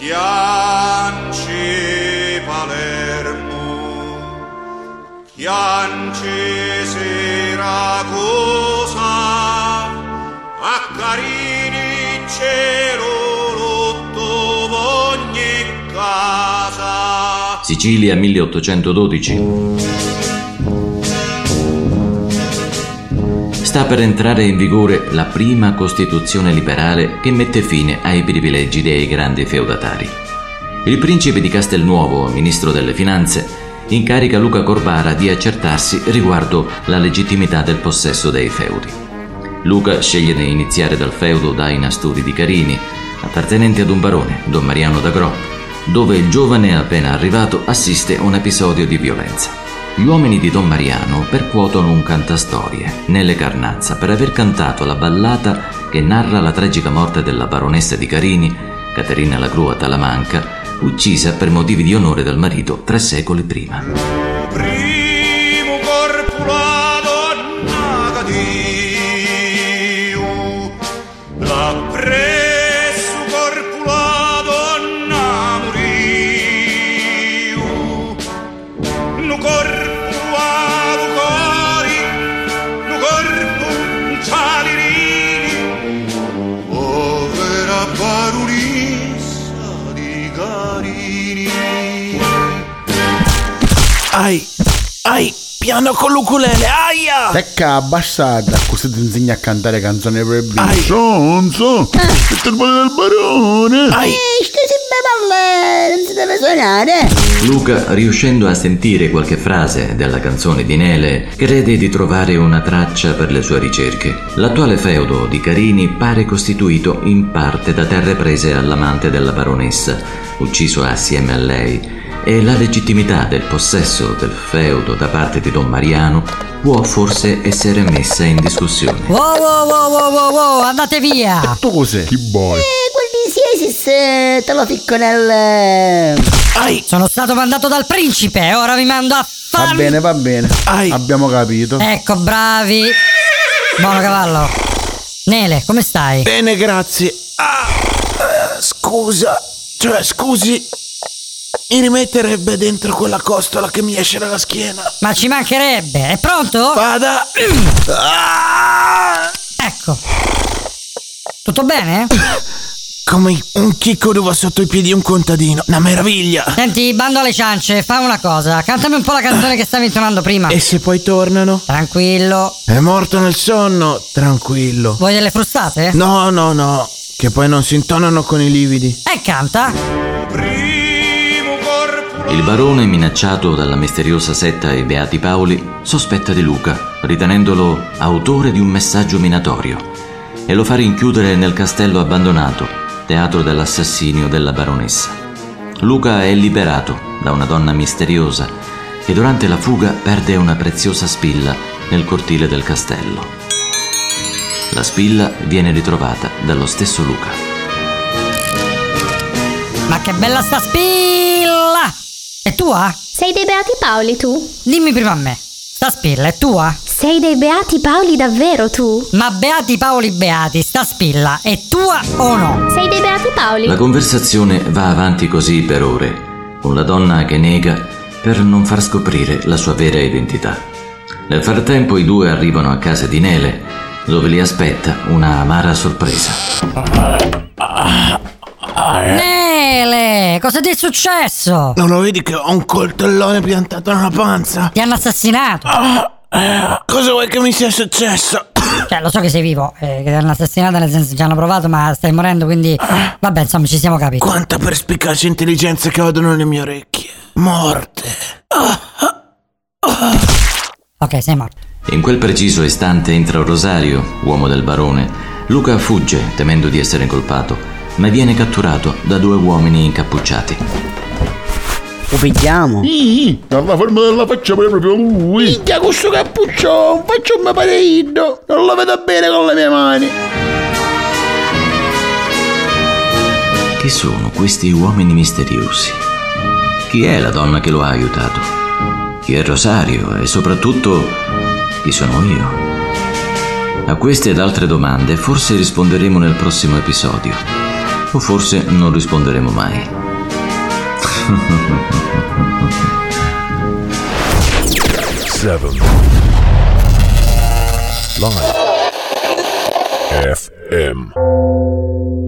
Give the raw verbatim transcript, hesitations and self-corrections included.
Chianci Palermo, Chianci Siracusa, a Carini cielo lotto ogni casa. Sicilia milleottocentododici. Sta per entrare in vigore la prima Costituzione liberale che mette fine ai privilegi dei grandi feudatari. Il principe di Castelnuovo, ministro delle Finanze, incarica Luca Corvara di accertarsi riguardo la legittimità del possesso dei feudi. Luca sceglie di iniziare dal feudo Daina Sturi di Carini, appartenente ad un barone, Don Mariano da Gro, dove il giovane appena arrivato assiste a un episodio di violenza. Gli uomini di Don Mariano percuotono un cantastorie, Nele Carnazza, per aver cantato la ballata che narra la tragica morte della baronessa di Carini, Caterina la Crua Talamanca, uccisa per motivi di onore dal marito tre secoli prima. Primo corpo la donna cadio, la presso corpo la donna moriu, no corpo Ai, ai, piano con l'ukulele, aia! Tecca bastarda, così ti insegna a cantare canzoni per bambini. Sonzo, è il padre del barone. Ai, stai sempre ballare, non si deve suonare. Luca, riuscendo a sentire qualche frase della canzone di Nele, crede di trovare una traccia per le sue ricerche. L'attuale feudo di Carini pare costituito in parte da terre prese all'amante della baronessa, ucciso assieme a lei, e la legittimità del possesso del feudo da parte di Don Mariano può forse essere messa in discussione. Wow, wow, wow, wow, wow, wow, andate via! E tu cos'è? Chi vuoi? Eh, quel di Siesis te lo ficco nel... ai, Sono stato mandato dal principe e ora vi mando a fare... Va bene, va bene. ai. Abbiamo capito. Ecco, bravi. Buono cavallo. Nele, come stai? Bene, grazie. Ah, eh, scusa, cioè scusi, mi rimetterebbe dentro quella costola che mi esce dalla schiena. Ma ci mancherebbe. È pronto? Vada. Ah, Ecco. Tutto bene? come un chicco d'uva sotto i piedi di un contadino, una meraviglia. Senti, bando alle ciance, fa una cosa. Cantami un po' la canzone che stavi intonando prima. E se poi tornano? Tranquillo. È morto nel sonno, tranquillo. Vuoi delle frustate? No, no, no, che poi non si intonano con i lividi. E canta. Il barone, minacciato dalla misteriosa setta ai Beati Paoli, sospetta di Luca, ritenendolo autore di un messaggio minatorio, e lo fa rinchiudere nel castello abbandonato, teatro dell'assassinio della baronessa. Luca è liberato da una donna misteriosa che durante la fuga perde una preziosa spilla nel cortile del castello. La spilla viene ritrovata dallo stesso Luca. Ma che bella sta spilla! È tua? Sei dei Beati Paoli tu? Dimmi prima a me. Sta spilla è tua? Sei dei Beati Paoli davvero tu? Ma Beati Paoli Beati, sta spilla è tua o no? Sei dei Beati Paoli? La conversazione va avanti così per ore, con la donna che nega per non far scoprire la sua vera identità. Nel frattempo i due arrivano a casa di Nele, dove li aspetta una amara sorpresa. Nele, cosa ti è successo? Non lo vedi che ho un coltellone piantato nella panza? Ti hanno assassinato? Ah, eh, cosa vuoi che mi sia successo? Cioè, lo so che sei vivo, eh, che ti hanno assassinato, nel senso ci hanno provato, ma stai morendo, quindi vabbè, insomma, ci siamo capiti. Quanta perspicace intelligenza che odono le mie orecchie. Morte. Ah, ah, ah. Ok, sei morto. In quel preciso istante entra Rosario, uomo del barone. Luca fugge, temendo di essere incolpato, ma viene catturato da due uomini incappucciati. Lo pigliamo? Sì, dalla forma della faccia pare proprio lui. Minchia, questo cappuccione, faccio un pareino. Non lo vedo bene con le mie mani. Chi sono questi uomini misteriosi? Chi è la donna che lo ha aiutato? Chi è Rosario? E soprattutto, chi sono io? A queste ed altre domande forse risponderemo nel prossimo episodio. O forse non risponderemo mai. Seven Live F M